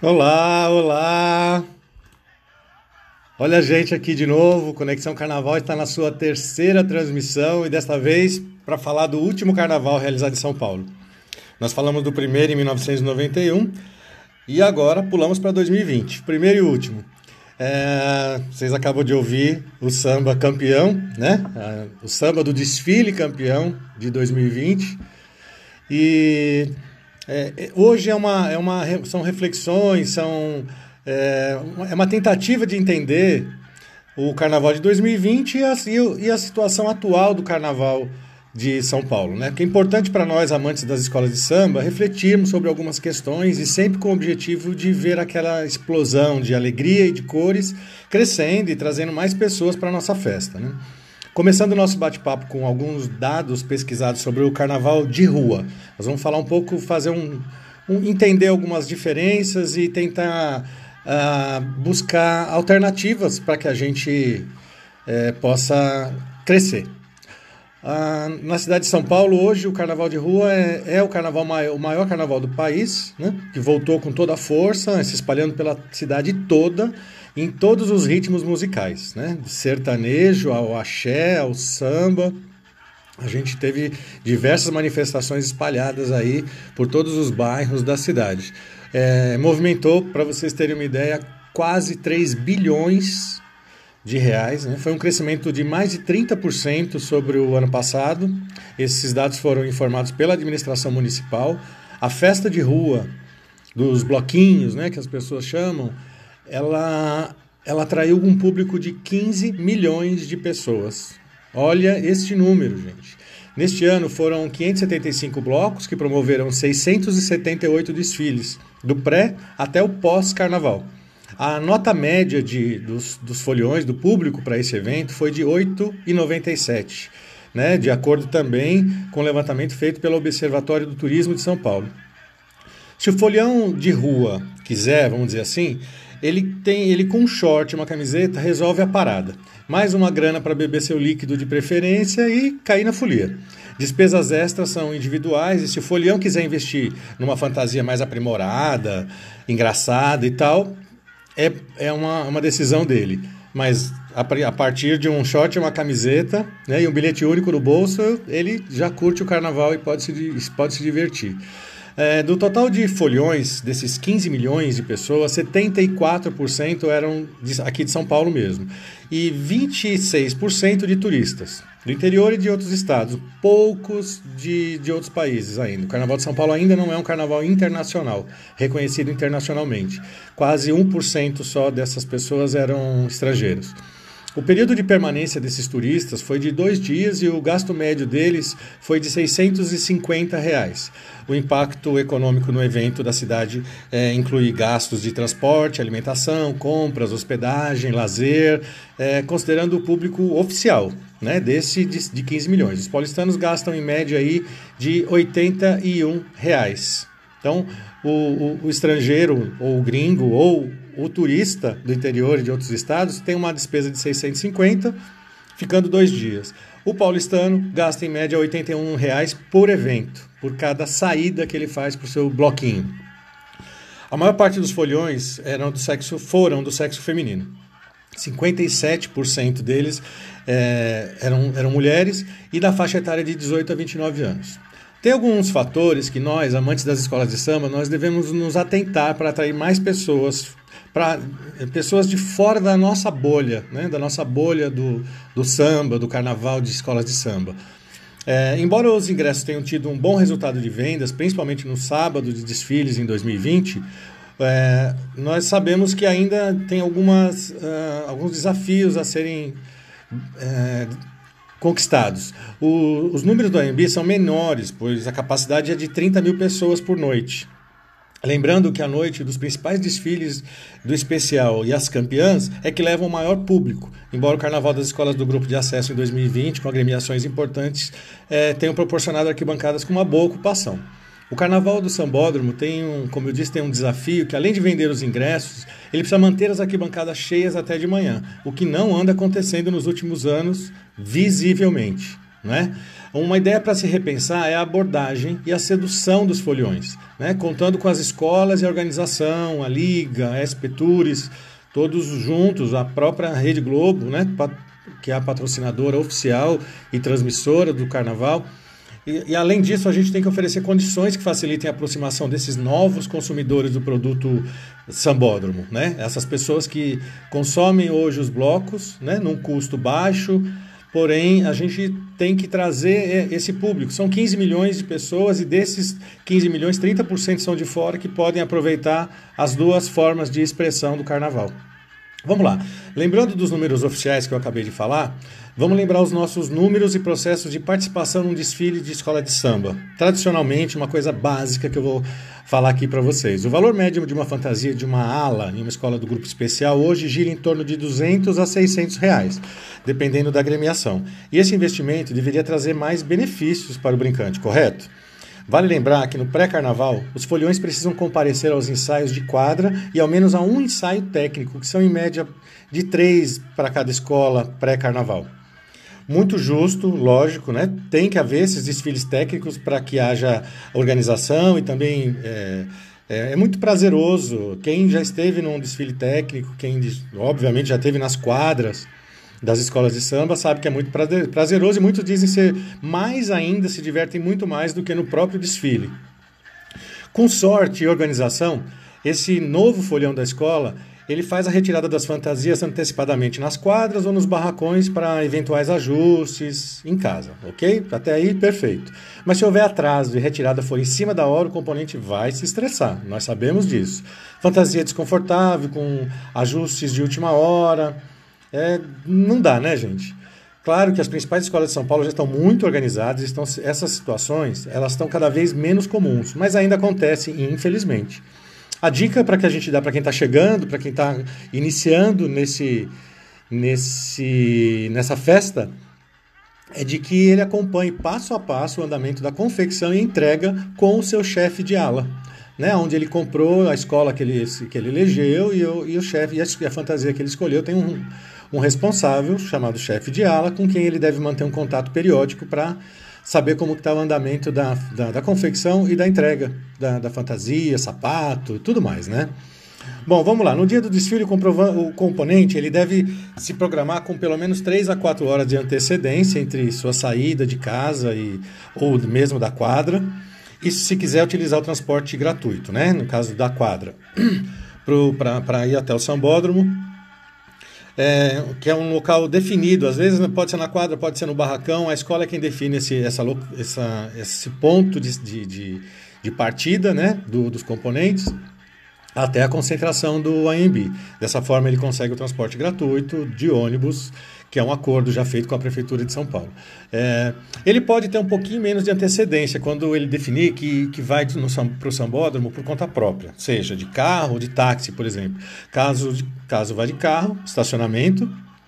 Olá, olá! Olha a gente aqui de novo. Conexão Carnaval está na sua terceira transmissão e desta vez para falar do último carnaval realizado em São Paulo. Nós falamos do primeiro em 1991 e agora pulamos para 2020, primeiro e último. Vocês acabam de ouvir o samba campeão, né? O samba do desfile campeão de 2020 e hoje são reflexões, é uma tentativa de entender o Carnaval de 2020 e a situação atual do Carnaval de São Paulo, né? Que é importante para nós, amantes das escolas de samba, refletirmos sobre algumas questões e sempre com o objetivo de ver aquela explosão de alegria e de cores crescendo e trazendo mais pessoas para a nossa festa, né? Começando o nosso bate-papo com alguns dados pesquisados sobre o carnaval de rua. Nós vamos falar um pouco, entender algumas diferenças e tentar buscar alternativas para que a gente possa crescer. Na cidade de São Paulo, hoje, o carnaval de rua é o maior carnaval do país, né? Que voltou com toda a força, se espalhando pela cidade toda, em todos os ritmos musicais, né? Do sertanejo ao axé, ao samba. A gente teve diversas manifestações espalhadas aí por todos os bairros da cidade. Movimentou, para vocês terem uma ideia, quase 3 bilhões de reais, né? Foi um crescimento de mais de 30% sobre o ano passado. Esses dados foram informados pela administração municipal. A festa de rua dos bloquinhos, né, que as pessoas chamam, ela atraiu um público de 15 milhões de pessoas. Olha este número, gente. Neste ano foram 575 blocos que promoveram 678 desfiles, do pré até o pós-carnaval. A nota média dos foliões do público para esse evento foi de R$ 8,97, né? De acordo também com o levantamento feito pelo Observatório do Turismo de São Paulo. Se o folião de rua quiser, vamos dizer assim, ele com um short e uma camiseta resolve a parada. Mais uma grana para beber seu líquido de preferência e cair na folia. Despesas extras são individuais e se o folião quiser investir numa fantasia mais aprimorada, engraçada e tal, é uma decisão dele. Mas a partir de um short e uma camiseta, né, e um bilhete único no bolso, ele já curte o carnaval e pode se divertir. Do total de foliões, desses 15 milhões de pessoas, 74% eram aqui de São Paulo mesmo. E 26% de turistas, do interior e de outros estados, poucos de outros países ainda. O Carnaval de São Paulo ainda não é um carnaval internacional, reconhecido internacionalmente. Quase 1% só dessas pessoas eram estrangeiros. O período de permanência desses turistas foi de 2 dias e o gasto médio deles foi de R$ 650. O impacto econômico no evento da cidade inclui gastos de transporte, alimentação, compras, hospedagem, lazer, considerando o público oficial, né, de 15 milhões. Os paulistanos gastam em média aí de R$ 81. Então, o estrangeiro, ou o gringo, ou o turista do interior e de outros estados tem uma despesa de 650, ficando 2 dias. O paulistano gasta em média R$ 81 por evento, por cada saída que ele faz para o seu bloquinho. A maior parte dos foliões foram do sexo feminino. 57% deles eram mulheres e da faixa etária de 18 a 29 anos. Tem alguns fatores que nós, amantes das escolas de samba, nós devemos nos atentar para atrair mais pessoas de fora da nossa bolha, né? Da nossa bolha do samba, do carnaval de escolas de samba. Embora os ingressos tenham tido um bom resultado de vendas, principalmente no sábado de desfiles em 2020, nós sabemos que ainda tem alguns desafios a serem conquistados. Os números do AMB são menores, pois a capacidade é de 30 mil pessoas por noite. Lembrando que a noite dos principais desfiles do especial e as campeãs é que levam o maior público, embora o Carnaval das Escolas do Grupo de Acesso em 2020, com agremiações importantes, tenham proporcionado arquibancadas com uma boa ocupação. O Carnaval do Sambódromo como eu disse, tem um desafio que, além de vender os ingressos, ele precisa manter as arquibancadas cheias até de manhã, o que não anda acontecendo nos últimos anos, visivelmente. né? Uma ideia para se repensar é a abordagem e a sedução dos foliões, né? Contando com as escolas e a organização, a Liga, a SP Tours, todos juntos, a própria Rede Globo, né? Que é a patrocinadora oficial e transmissora do Carnaval. E além disso, a gente tem que oferecer condições que facilitem a aproximação desses novos consumidores do produto sambódromo, né? Essas pessoas que consomem hoje os blocos, né, num custo baixo, porém a gente tem que trazer esse público. São 15 milhões de pessoas e desses 15 milhões, 30% são de fora que podem aproveitar as duas formas de expressão do carnaval. Vamos lá. Lembrando dos números oficiais que eu acabei de falar, vamos lembrar os nossos números e processos de participação num desfile de escola de samba. Tradicionalmente, uma coisa básica que eu vou falar aqui para vocês. O valor médio de uma fantasia de uma ala em uma escola do grupo especial hoje gira em torno de R$200 a R$600, dependendo da agremiação. E esse investimento deveria trazer mais benefícios para o brincante, correto? Vale lembrar que no pré-carnaval, os foliões precisam comparecer aos ensaios de quadra e ao menos a um ensaio técnico, que são em média de 3 para cada escola pré-carnaval. Muito justo, lógico, né? Tem que haver esses desfiles técnicos para que haja organização e também é muito prazeroso. Quem já esteve num desfile técnico, quem obviamente já esteve nas quadras das escolas de samba, sabe que é muito prazeroso e muitos dizem ser mais ainda, se divertem muito mais do que no próprio desfile. Com sorte e organização, esse novo folião da escola, ele faz a retirada das fantasias antecipadamente nas quadras ou nos barracões para eventuais ajustes em casa, ok? Até aí, perfeito. Mas se houver atraso e retirada for em cima da hora, o componente vai se estressar, nós sabemos disso. Fantasia desconfortável, com ajustes de última hora. Não dá, né, gente? Claro que as principais escolas de São Paulo já estão muito organizadas, essas situações elas estão cada vez menos comuns, mas ainda acontecem, infelizmente. A dica para que a gente dá para quem está chegando, para quem está iniciando nessa festa, é de que ele acompanhe passo a passo o andamento da confecção e entrega com o seu chefe de ala, né, onde ele comprou a escola que ele elegeu e o chefe e a fantasia que ele escolheu tem um responsável chamado chefe de ala com quem ele deve manter um contato periódico para saber como está o andamento da confecção e da entrega da fantasia, sapato e tudo mais, né? Bom, vamos lá. No dia do desfile, o componente ele deve se programar com pelo menos 3 a 4 horas de antecedência entre sua saída de casa ou mesmo da quadra. Isso se quiser utilizar o transporte gratuito, né? No caso da quadra, para ir até o sambódromo, que é um local definido. Às vezes pode ser na quadra, pode ser no barracão. A escola é quem define esse ponto de partida, né? Dos componentes até a concentração do AMB. Dessa forma ele consegue o transporte gratuito de ônibus, que é um acordo já feito com a Prefeitura de São Paulo. Ele pode ter um pouquinho menos de antecedência quando ele definir que vai para o sambódromo por conta própria, seja de carro ou de táxi, por exemplo. Caso vá de carro, estacionamento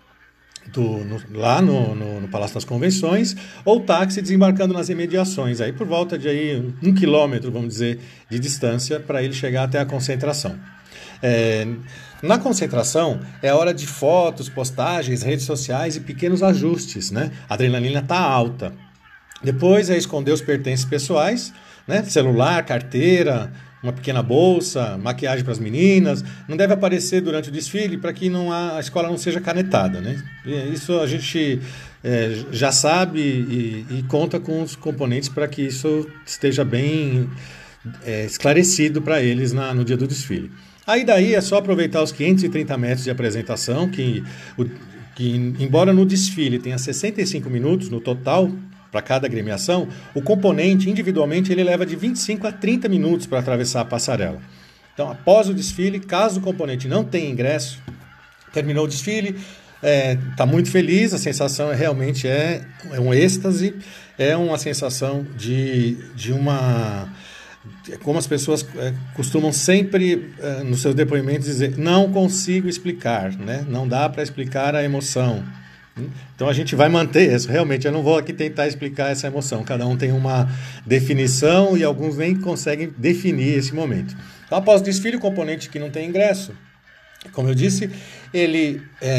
lá no Palácio das Convenções, ou táxi desembarcando nas imediações, aí por volta de 1 quilômetro, vamos dizer, de distância para ele chegar até a concentração. Na concentração é hora de fotos, postagens, redes sociais e pequenos ajustes, né? A adrenalina está alta. Depois é esconder os pertences pessoais, né? Celular, carteira, uma pequena bolsa, maquiagem para as meninas. Não deve aparecer durante o desfile para que a escola não seja canetada, né? Isso a gente já sabe e conta com os componentes para que isso esteja bem esclarecido para eles no dia do desfile. Aí daí é só aproveitar os 530 metros de apresentação, que embora no desfile tenha 65 minutos no total para cada agremiação, o componente individualmente ele leva de 25 a 30 minutos para atravessar a passarela. Então, após o desfile, caso o componente não tenha ingresso, terminou o desfile, está muito feliz, a sensação realmente é um êxtase, é uma sensação de uma... Como as pessoas costumam sempre, nos seus depoimentos, dizer, não consigo explicar, né? Não dá para explicar a emoção. Então a gente vai manter isso. Realmente, eu não vou aqui tentar explicar essa emoção. Cada um tem uma definição e alguns nem conseguem definir esse momento. Então, após o desfile, o componente que não tem ingresso, como eu disse, ele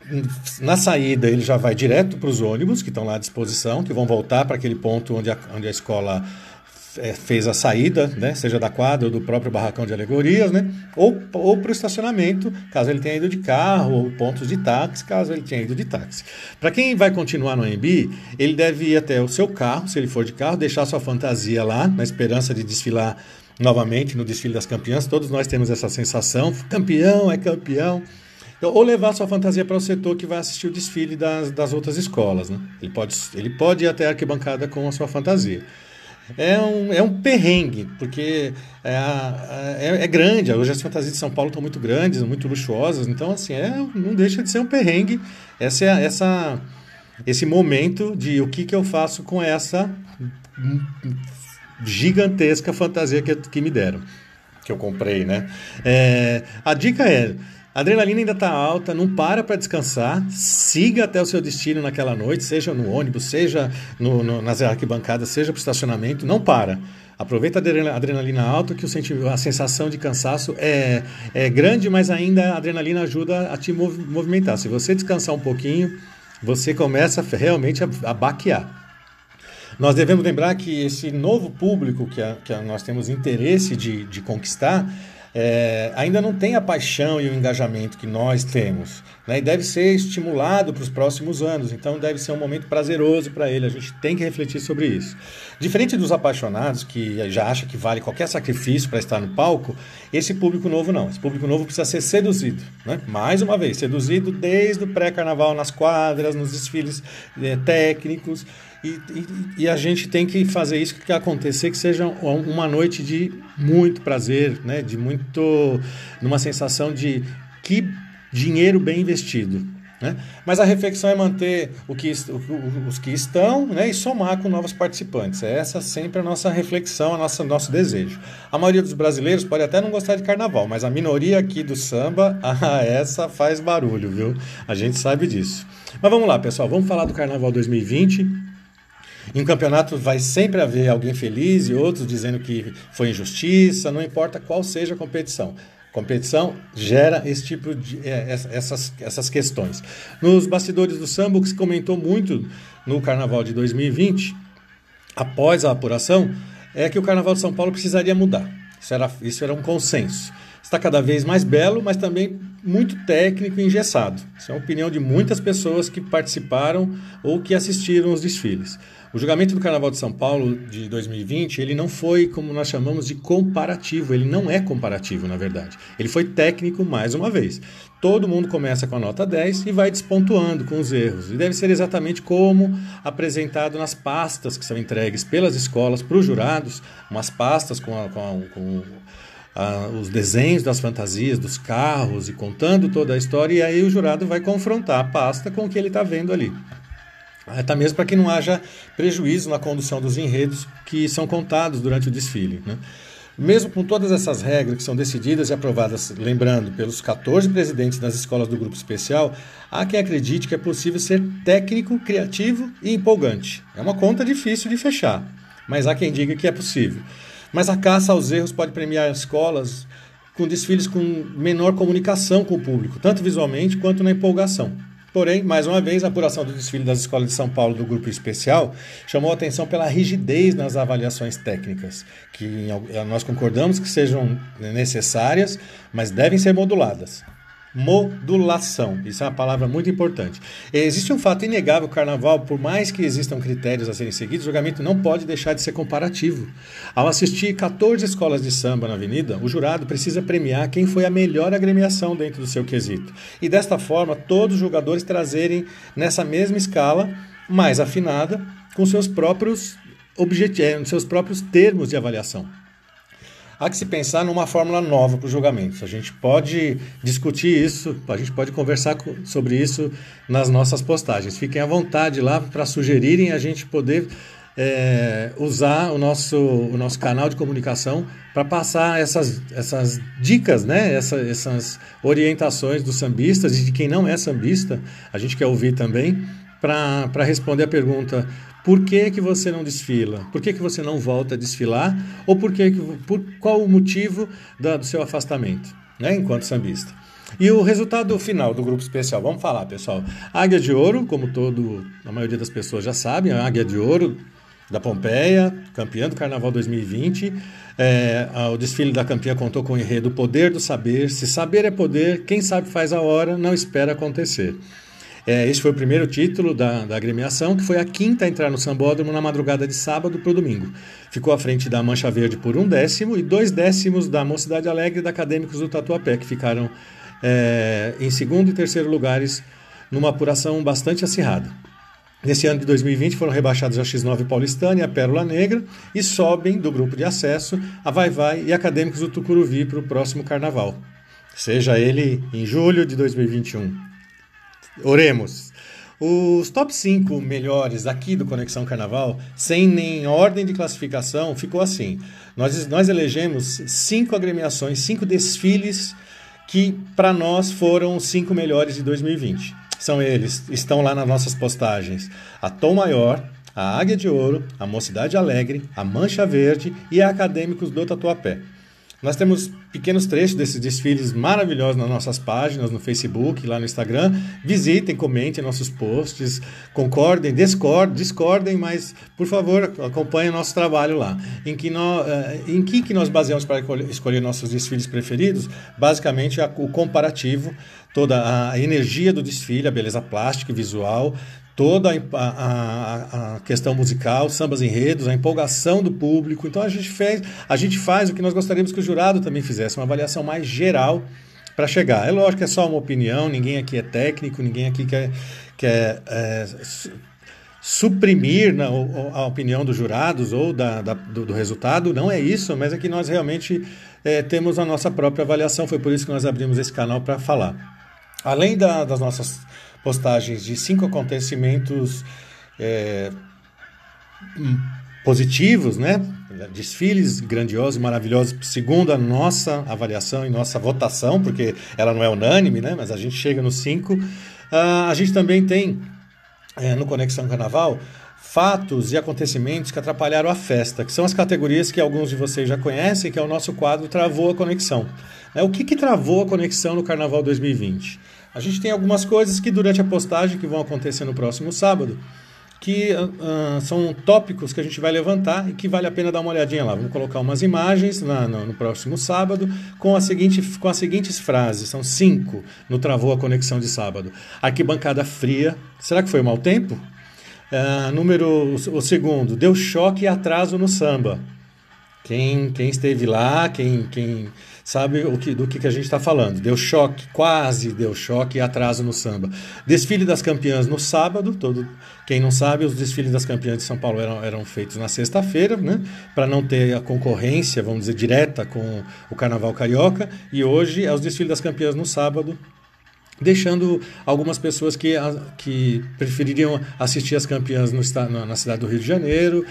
Na saída, ele já vai direto para os ônibus que estão lá à disposição, que vão voltar para aquele ponto onde a escola fez a saída, né? Seja da quadra ou do próprio barracão de alegorias, né? Ou para o estacionamento, caso ele tenha ido de carro, ou pontos de táxi, caso ele tenha ido de táxi. Para quem vai continuar no AMB, ele deve ir até o seu carro, se ele for de carro, deixar sua fantasia lá, na esperança de desfilar novamente no desfile das campeãs. Todos nós temos essa sensação, campeão é campeão. Ou levar sua fantasia para o setor que vai assistir o desfile das outras escolas, né? Ele pode ir até a arquibancada com a sua fantasia. É um perrengue, porque é grande. Hoje as fantasias de São Paulo estão muito grandes, muito luxuosas, então assim, não deixa de ser um perrengue esse momento de o que eu faço com essa gigantesca fantasia que me deram, que eu comprei, né? A dica a adrenalina ainda está alta, não para descansar, siga até o seu destino naquela noite, seja no ônibus, seja nas arquibancadas, seja para o estacionamento, não para. Aproveita a adrenalina alta, que a sensação de cansaço é grande, mas ainda a adrenalina ajuda a te movimentar. Se você descansar um pouquinho, você começa realmente a baquear. Nós devemos lembrar que esse novo público que nós temos interesse de conquistar, ainda não tem a paixão e o engajamento que nós temos, né? E deve ser estimulado para os próximos anos, então deve ser um momento prazeroso para ele, a gente tem que refletir sobre isso. Diferente dos apaixonados, que já acham que vale qualquer sacrifício para estar no palco, esse público novo não, esse público novo precisa ser seduzido, né? Mais uma vez, seduzido desde o pré-carnaval, nas quadras, nos desfiles técnicos, e a gente tem que fazer isso que acontecer, que seja uma noite de muito prazer, né? Numa sensação de que dinheiro bem investido, né? Mas a reflexão é manter os que estão, né? E somar com novos participantes. Essa sempre a nossa reflexão, nosso desejo. A maioria dos brasileiros pode até não gostar de carnaval, mas a minoria aqui do samba, essa faz barulho, viu? A gente sabe disso. Mas vamos lá, pessoal, vamos falar do Carnaval 2020. Em um campeonato vai sempre haver alguém feliz e outros dizendo que foi injustiça, não importa qual seja a competição. Competição gera esse tipo essas questões. Nos bastidores do samba, o que se comentou muito no Carnaval de 2020, após a apuração, é que o Carnaval de São Paulo precisaria mudar. Isso era um consenso. Está cada vez mais belo, mas também muito técnico e engessado. Isso é a opinião de muitas pessoas que participaram ou que assistiram os desfiles. O julgamento do Carnaval de São Paulo de 2020, ele não foi, como nós chamamos, de comparativo. Ele não é comparativo, na verdade. Ele foi técnico mais uma vez. Todo mundo começa com a nota 10 e vai despontuando com os erros. E deve ser exatamente como apresentado nas pastas que são entregues pelas escolas para os jurados, umas pastas com os desenhos das fantasias, dos carros e contando toda a história, e aí o jurado vai confrontar a pasta com o que ele está vendo ali. Até mesmo para que não haja prejuízo na condução dos enredos que são contados durante o desfile, né? Mesmo com todas essas regras que são decididas e aprovadas, lembrando, pelos 14 presidentes das escolas do Grupo Especial, há quem acredite que é possível ser técnico, criativo e empolgante. É uma conta difícil de fechar, mas há quem diga que é possível. Mas a caça aos erros pode premiar escolas com desfiles com menor comunicação com o público, tanto visualmente quanto na empolgação. Porém, mais uma vez, a apuração do desfile das escolas de São Paulo do Grupo Especial chamou a atenção pela rigidez nas avaliações técnicas, que nós concordamos que sejam necessárias, mas devem ser moduladas. Modulação, isso é uma palavra muito importante. Existe um fato inegável: o Carnaval, por mais que existam critérios a serem seguidos, o julgamento não pode deixar de ser comparativo. Ao assistir 14 escolas de samba na avenida, o jurado precisa premiar quem foi a melhor agremiação dentro do seu quesito. E desta forma, todos os jogadores trazerem nessa mesma escala, mais afinada, com seus próprios objetivos, seus próprios termos de avaliação. Há que se pensar numa fórmula nova para os julgamentos. A gente pode discutir isso, a gente pode conversar sobre isso nas nossas postagens. Fiquem à vontade lá para sugerirem a gente poder usar o nosso canal de comunicação para passar essas dicas, né? essas orientações dos sambistas e de quem não é sambista. A gente quer ouvir também para responder a pergunta: por que você não desfila? Por que você não volta a desfilar? Ou por qual o motivo do seu afastamento, né, enquanto sambista? E o resultado final do grupo especial, vamos falar, pessoal. Águia de Ouro, como a maioria das pessoas já sabem, a Águia de Ouro da Pompeia, campeã do Carnaval 2020. O desfile da campeã contou com o enredo Poder do Saber. Se saber é poder, quem sabe faz a hora, não espera acontecer. Este foi o primeiro título da agremiação, que foi a quinta a entrar no sambódromo na madrugada de sábado para o domingo. Ficou à frente da Mancha Verde por 1/10 e 2/10 da Mocidade Alegre e da Acadêmicos do Tatuapé, que ficaram em segundo e terceiro lugares numa apuração bastante acirrada. Nesse ano de 2020 foram rebaixados a X9 Paulistana e a Pérola Negra e sobem do grupo de acesso a Vai Vai e Acadêmicos do Tucuruvi para o próximo carnaval, seja ele em julho de 2021. Oremos. Os top 5 melhores aqui do Conexão Carnaval, sem nem ordem de classificação, ficou assim. Nós elegemos 5 agremiações, 5 desfiles que para nós foram os 5 melhores de 2020. São eles, estão lá nas nossas postagens: a Tom Maior, a Águia de Ouro, a Mocidade Alegre, a Mancha Verde e a Acadêmicos do Tatuapé. Nós temos pequenos trechos desses desfiles maravilhosos nas nossas páginas, no Facebook, lá no Instagram. Visitem, comentem nossos posts, concordem, discordem, mas, por favor, acompanhem o nosso trabalho lá. Em que nós baseamos para escolher nossos desfiles preferidos? Basicamente, o comparativo, toda a energia do desfile, a beleza plástica e visual, toda a questão musical, sambas enredos, a empolgação do público. Então a gente faz o que nós gostaríamos que o jurado também fizesse, uma avaliação mais geral para chegar. É lógico que é só uma opinião, ninguém aqui é técnico, ninguém aqui quer suprimir a opinião dos jurados ou do resultado, não é isso, mas é que nós realmente temos a nossa própria avaliação, foi por isso que nós abrimos esse canal para falar. Além das nossas postagens de 5 acontecimentos positivos, né? Desfiles grandiosos e maravilhosos, segundo a nossa avaliação e nossa votação, porque ela não é unânime, né? Mas a gente chega nos 5. A gente também tem, no Conexão Carnaval, fatos e acontecimentos que atrapalharam a festa, que são as categorias que alguns de vocês já conhecem, que é o nosso quadro Travou a Conexão. O que travou a conexão no Carnaval 2020? A gente tem algumas coisas que durante a postagem que vão acontecer no próximo sábado, que são tópicos que a gente vai levantar e que vale a pena dar uma olhadinha lá. Vamos colocar umas imagens no próximo sábado com as seguintes frases, são 5 no Travou a Conexão de sábado. Arquibancada fria, será que foi o mau tempo? O segundo, deu choque e atraso no samba. Quem esteve lá, quem sabe do que a gente está falando. Deu choque, quase deu choque e atraso no samba. Desfile das campeãs no sábado. Quem não sabe, os desfiles das campeãs de São Paulo eram feitos na sexta-feira, né? Para não ter a concorrência, vamos dizer, direta com o Carnaval Carioca. E hoje é os desfiles das campeãs no sábado, deixando algumas pessoas que prefeririam assistir as campeãs na cidade do Rio de Janeiro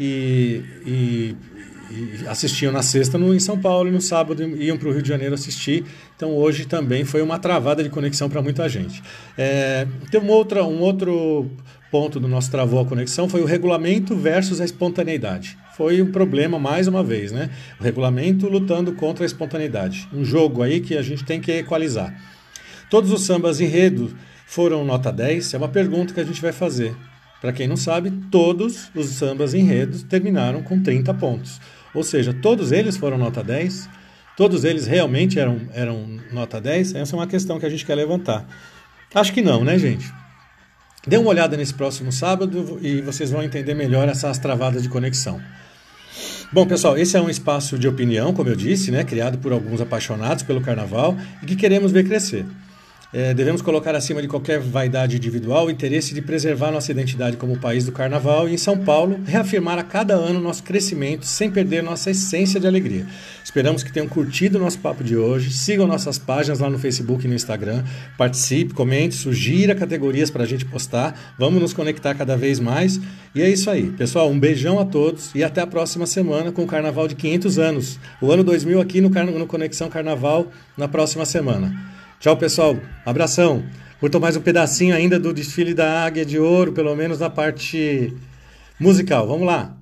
e assistiam na sexta em São Paulo e no sábado iam para o Rio de Janeiro assistir. Então hoje também foi uma travada de conexão para muita gente. Tem um outro ponto do nosso Travou a Conexão, foi o regulamento versus a espontaneidade. Foi um problema mais uma vez, né? O regulamento lutando contra a espontaneidade. Um jogo aí que a gente tem que equalizar. Todos os sambas enredo foram nota 10? É uma pergunta que a gente vai fazer. Para quem não sabe, todos os sambas enredos terminaram com 30 pontos. Ou seja, todos eles foram nota 10? Todos eles realmente eram nota 10? Essa é uma questão que a gente quer levantar. Acho que não, né, gente? Dê uma olhada nesse próximo sábado e vocês vão entender melhor essas travadas de conexão. Bom, pessoal, esse é um espaço de opinião, como eu disse, né, criado por alguns apaixonados pelo carnaval e que queremos ver crescer. Devemos colocar acima de qualquer vaidade individual o interesse de preservar nossa identidade como país do carnaval e, em São Paulo, reafirmar a cada ano nosso crescimento sem perder nossa essência de alegria. Esperamos que tenham curtido o nosso papo de hoje, sigam nossas páginas lá no Facebook e no Instagram, participe, comente, sugira categorias para a gente postar, vamos nos conectar cada vez mais. E é isso aí. Pessoal, um beijão a todos e até a próxima semana com o Carnaval de 500 anos. O ano 2000 aqui no Conexão Carnaval na próxima semana. Tchau, pessoal. Abração. Curtam mais um pedacinho ainda do desfile da Águia de Ouro, pelo menos na parte musical. Vamos lá.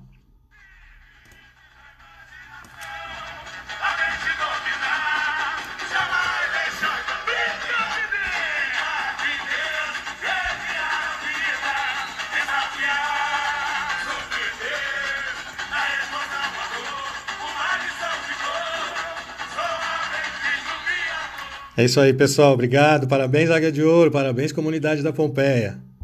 É isso aí, pessoal. Obrigado. Parabéns, Águia de Ouro. Parabéns, comunidade da Pompeia.